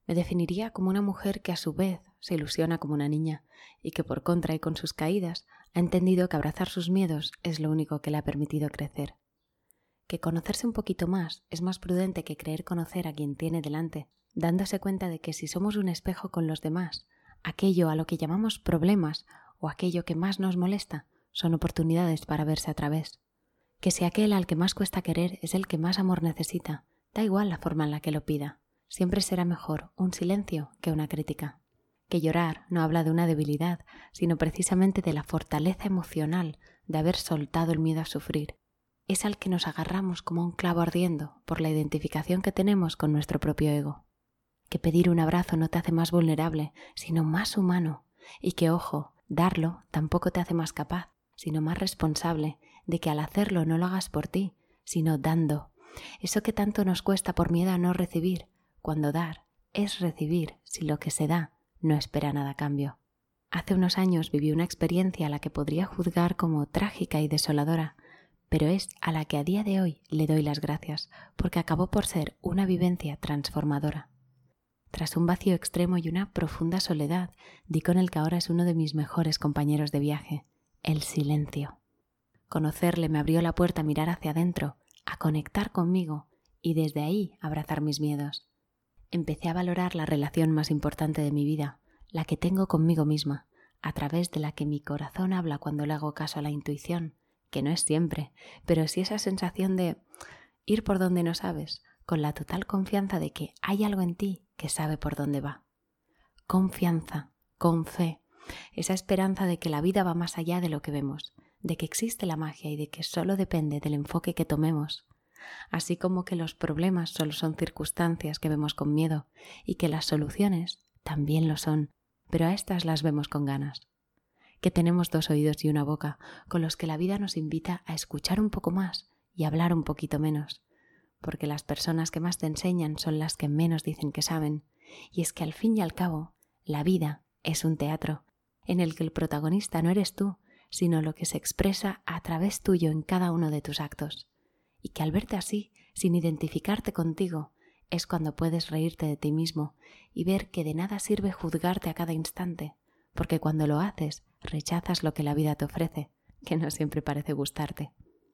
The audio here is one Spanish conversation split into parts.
Me definiría como una mujer que a su vez se ilusiona como una niña y que por contra y con sus caídas ha entendido que abrazar sus miedos es lo único que le ha permitido crecer. Que conocerse un poquito más es más prudente que creer conocer a quien tiene delante, dándose cuenta de que si somos un espejo con los demás, aquello a lo que llamamos problemas o aquello que más nos molesta son oportunidades para verse a través. Que si aquel al que más cuesta querer es el que más amor necesita, da igual la forma en la que lo pida, siempre será mejor un silencio que una crítica. Que llorar no habla de una debilidad, sino precisamente de la fortaleza emocional de haber soltado el miedo a sufrir. Es al que nos agarramos como un clavo ardiendo por la identificación que tenemos con nuestro propio ego. Que pedir un abrazo no te hace más vulnerable, sino más humano. Y que, ojo, darlo tampoco te hace más capaz, sino más responsable de que al hacerlo no lo hagas por ti, sino dando. Eso que tanto nos cuesta por miedo a no recibir, cuando dar es recibir si lo que se da no espera nada a cambio. Hace unos años viví una experiencia a la que podría juzgar como trágica y desoladora, pero es a la que a día de hoy le doy las gracias, porque acabó por ser una vivencia transformadora. Tras un vacío extremo y una profunda soledad, di con el que ahora es uno de mis mejores compañeros de viaje, el silencio. Conocerle me abrió la puerta a mirar hacia adentro, a conectar conmigo y desde ahí abrazar mis miedos. Empecé a valorar la relación más importante de mi vida, la que tengo conmigo misma, a través de la que mi corazón habla cuando le hago caso a la intuición, que no es siempre, pero sí esa sensación de ir por donde no sabes, con la total confianza de que hay algo en ti que sabe por dónde va. Confianza, con fe, esa esperanza de que la vida va más allá de lo que vemos, de que existe la magia y de que solo depende del enfoque que tomemos, así como que los problemas solo son circunstancias que vemos con miedo y que las soluciones también lo son, pero a estas las vemos con ganas. Que tenemos 2 oídos y una boca con los que la vida nos invita a escuchar un poco más y hablar un poquito menos, porque las personas que más te enseñan son las que menos dicen que saben, y es que al fin y al cabo, la vida es un teatro en el que el protagonista no eres tú, sino lo que se expresa a través tuyo en cada uno de tus actos, y que al verte así, sin identificarte contigo, es cuando puedes reírte de ti mismo y ver que de nada sirve juzgarte a cada instante, porque cuando lo haces, rechazas lo que la vida te ofrece, que no siempre parece gustarte.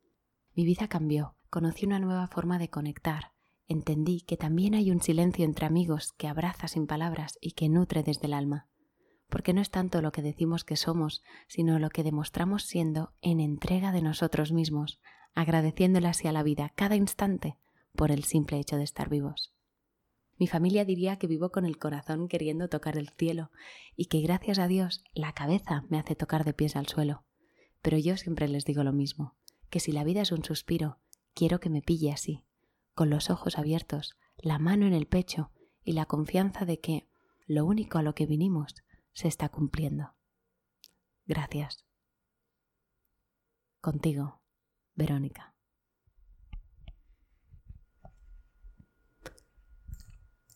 Mi vida cambió, conocí una nueva forma de conectar, entendí que también hay un silencio entre amigos que abraza sin palabras y que nutre desde el alma, porque no es tanto lo que decimos que somos, sino lo que demostramos siendo en entrega de nosotros mismos, agradeciéndole así a la vida cada instante por el simple hecho de estar vivos. Mi familia diría que vivo con el corazón queriendo tocar el cielo y que gracias a Dios la cabeza me hace tocar de pies al suelo. Pero yo siempre les digo lo mismo, que si la vida es un suspiro, quiero que me pille así, con los ojos abiertos, la mano en el pecho y la confianza de que lo único a lo que vinimos se está cumpliendo. Gracias. Contigo, Verónica.